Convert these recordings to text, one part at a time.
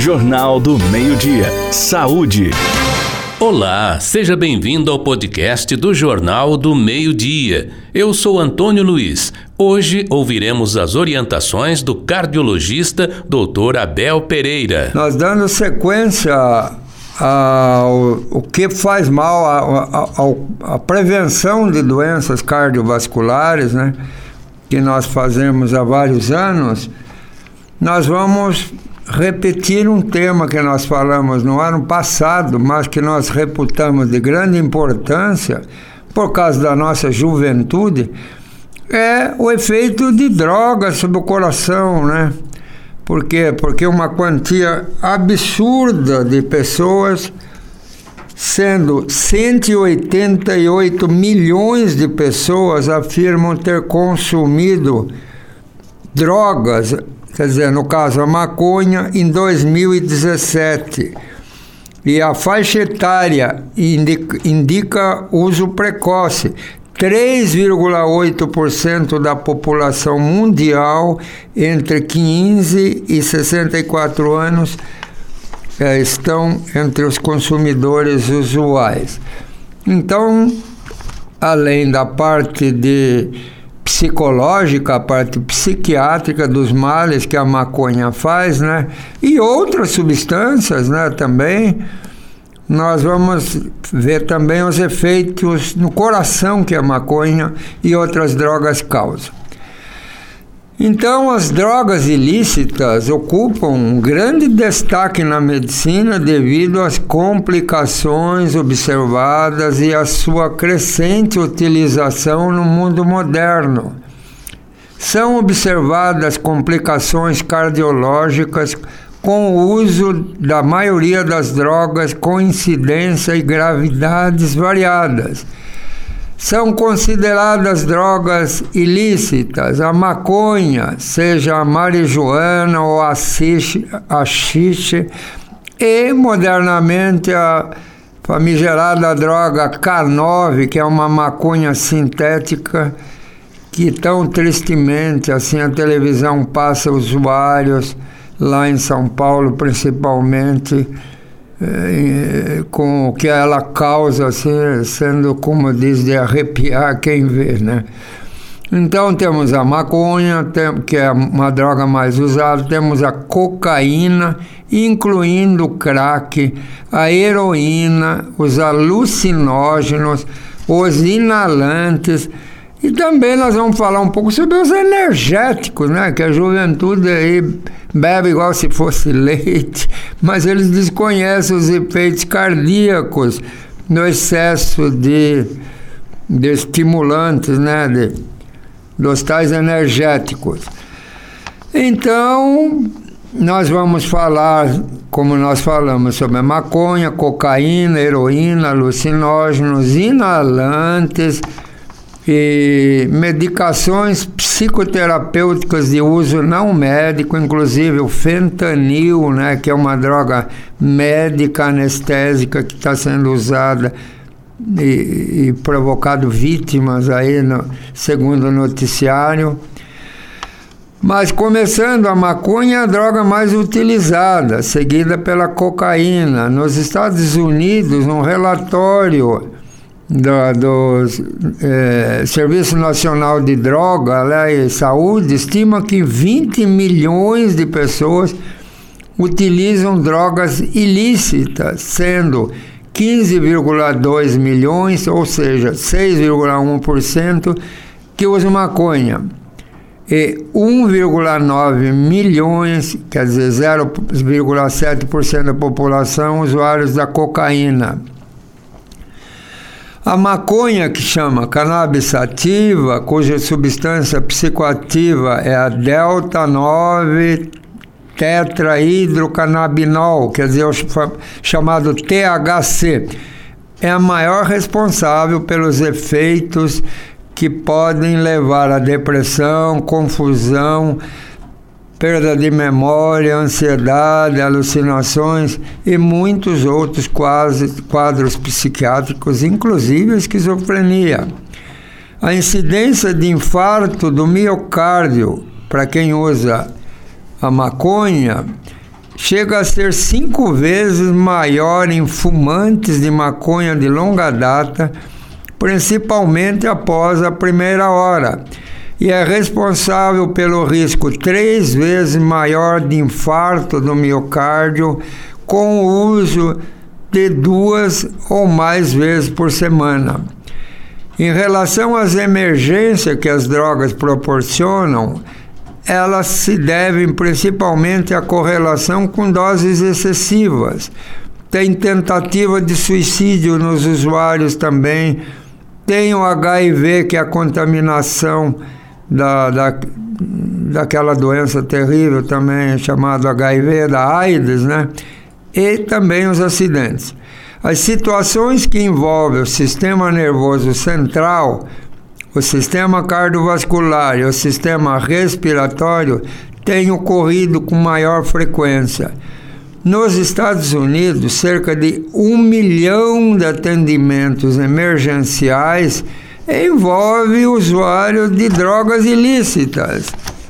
Jornal do Meio-Dia. Saúde. Olá, seja bem-vindo ao podcast do Jornal do Meio-Dia. Eu sou Antônio Luiz. Hoje ouviremos as orientações do cardiologista Dr. Abel Pereira. Nós dando sequência ao que faz mal à prevenção de doenças cardiovasculares, né, que nós fazemos há vários anos, nós vamos repetir um tema que nós falamos no ano passado, mas que nós reputamos de grande importância por causa da nossa juventude, é o efeito de drogas sobre o coração, né? Por quê? Porque uma quantia absurda de pessoas, sendo 188 milhões de pessoas, afirmam ter consumido drogas, quer dizer, no caso a maconha, em 2017. E a faixa etária indica uso precoce. 3,8% da população mundial entre 15 e 64 anos estão entre os consumidores usuais. Então, além da parte psicológica, a parte psiquiátrica dos males que a maconha faz, né? E outras substâncias, né, também, nós vamos ver também os efeitos no coração que a maconha e outras drogas causam. Então, as drogas ilícitas ocupam um grande destaque na medicina devido às complicações observadas e à sua crescente utilização no mundo moderno. São observadas complicações cardiológicas com o uso da maioria das drogas com incidência e gravidades variadas. São consideradas drogas ilícitas a maconha, seja a marijuana ou a haxixe, e modernamente a famigerada droga K9, que é uma maconha sintética que tão tristemente assim a televisão passa usuários lá em São Paulo, principalmente, com o que ela causa, assim, sendo, como diz, de arrepiar quem vê, né? Então temos a maconha, que é uma droga mais usada, temos a cocaína, incluindo o crack, a heroína, os alucinógenos, os inalantes. E também nós vamos falar um pouco sobre os energéticos, né? Que a juventude aí bebe igual se fosse leite, mas eles desconhecem os efeitos cardíacos no excesso de estimulantes, né? Dos tais energéticos. Então, nós vamos falar, como nós falamos, sobre a maconha, cocaína, heroína, alucinógenos, inalantes, e medicações psicoterapêuticas de uso não médico, inclusive o fentanil, né, que é uma droga médica anestésica que está sendo usada e provocado vítimas aí, segundo o noticiário. Mas começando, a maconha é a droga mais utilizada, seguida pela cocaína. Nos Estados Unidos, um relatório do Serviço Nacional de Droga, né, e Saúde estima que 20 milhões de pessoas utilizam drogas ilícitas, sendo 15,2 milhões, ou seja, 6,1% que usam maconha, e 1,9 milhões, quer dizer, 0,7% da população usuários da cocaína. A maconha, que chama cannabis sativa, cuja substância psicoativa é a delta-9 tetrahidrocannabinol, quer dizer, o chamado THC, é a maior responsável pelos efeitos que podem levar à depressão, confusão, perda de memória, ansiedade, alucinações e muitos outros quadros psiquiátricos, inclusive a esquizofrenia. A incidência de infarto do miocárdio, para quem usa a maconha, chega a ser 5 vezes maior em fumantes de maconha de longa data, principalmente após a primeira hora, e é responsável pelo risco 3 vezes maior de infarto do miocárdio com o uso de 2 ou mais vezes por semana. Em relação às emergências que as drogas proporcionam, elas se devem principalmente à correlação com doses excessivas. Tem tentativa de suicídio nos usuários também. Tem o HIV, que é a contaminação daquela doença terrível também, chamada HIV, da AIDS, né? E também os acidentes. As situações que envolvem o sistema nervoso central, o sistema cardiovascular e o sistema respiratório têm ocorrido com maior frequência. Nos Estados Unidos, cerca de 1 milhão de atendimentos emergenciais envolve o usuário de drogas ilícitas.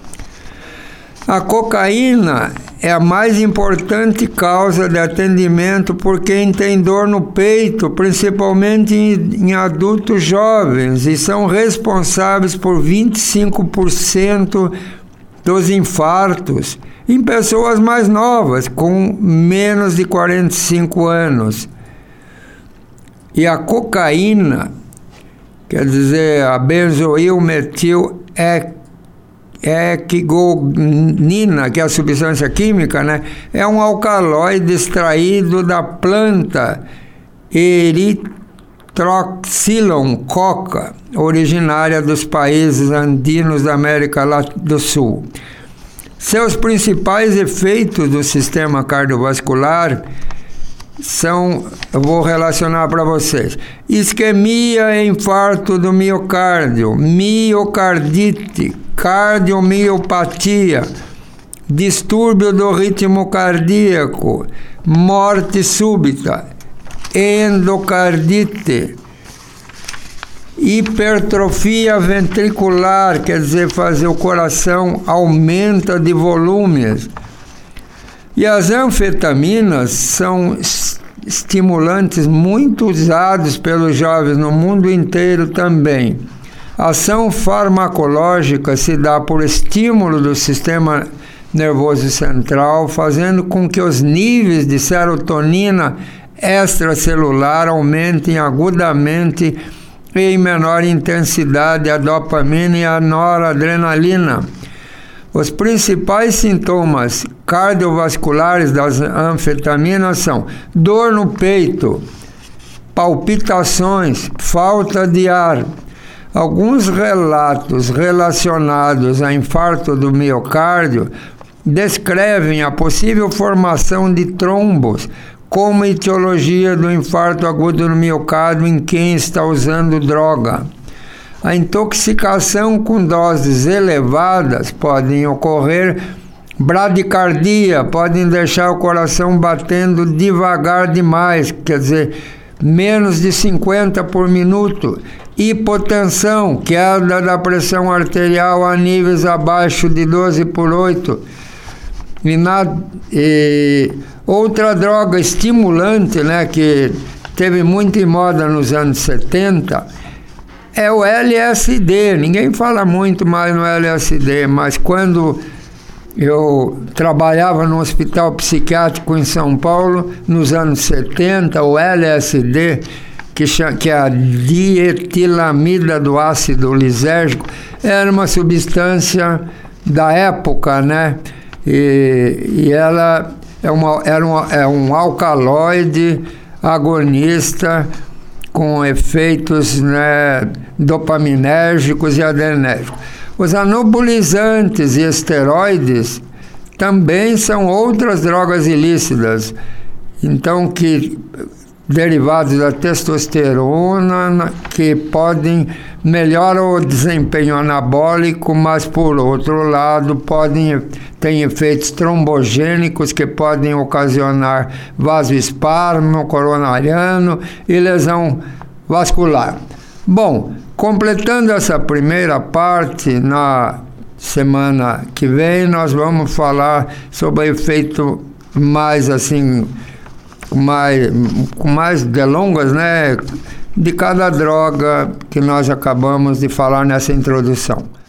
A cocaína é a mais importante causa de atendimento por quem tem dor no peito, principalmente em adultos jovens, e são responsáveis por 25% dos infartos em pessoas mais novas, com menos de 45 anos. E a cocaína, quer dizer, a benzoilmetil-equigonina, que é a substância química, né? É um alcaloide extraído da planta Erythrocylon coca, originária dos países andinos da América do Sul. Seus principais efeitos do sistema cardiovascular são, eu vou relacionar para vocês: isquemia e infarto do miocárdio, miocardite, cardiomiopatia, distúrbio do ritmo cardíaco, morte súbita, endocardite, hipertrofia ventricular, quer dizer, fazer o coração aumenta de volumes. E as anfetaminas são estimulantes muito usados pelos jovens no mundo inteiro também. A ação farmacológica se dá por estímulo do sistema nervoso central, fazendo com que os níveis de serotonina extracelular aumentem agudamente e em menor intensidade a dopamina e a noradrenalina. Os principais sintomas cardiovasculares das anfetaminas são dor no peito, palpitações, falta de ar. Alguns relatos relacionados a infarto do miocárdio descrevem a possível formação de trombos como etiologia do infarto agudo no miocárdio em quem está usando droga. A intoxicação com doses elevadas podem ocorrer bradicardia, podem deixar o coração batendo devagar demais, quer dizer, menos de 50 por minuto, hipotensão, queda da pressão arterial a níveis abaixo de 12 por 8, outra droga estimulante, né, que teve muito em moda nos anos 70, é o LSD. Ninguém fala muito mais no LSD, mas quando eu trabalhava no hospital psiquiátrico em São Paulo, nos anos 70, o LSD, que é a dietilamida do ácido lisérgico, era uma substância da época, né? E ela é um alcaloide agonista com efeitos, né, dopaminérgicos e adrenérgicos. Os anabolizantes e esteroides também são outras drogas ilícitas, então, que derivados da testosterona, que podem melhorar o desempenho anabólico, mas por outro lado têm efeitos trombogênicos que podem ocasionar vasoespasmo coronariano e lesão vascular. Bom, completando essa primeira parte, na semana que vem nós vamos falar sobre o efeito mais assim, com mais delongas, né, de cada droga que nós acabamos de falar nessa introdução.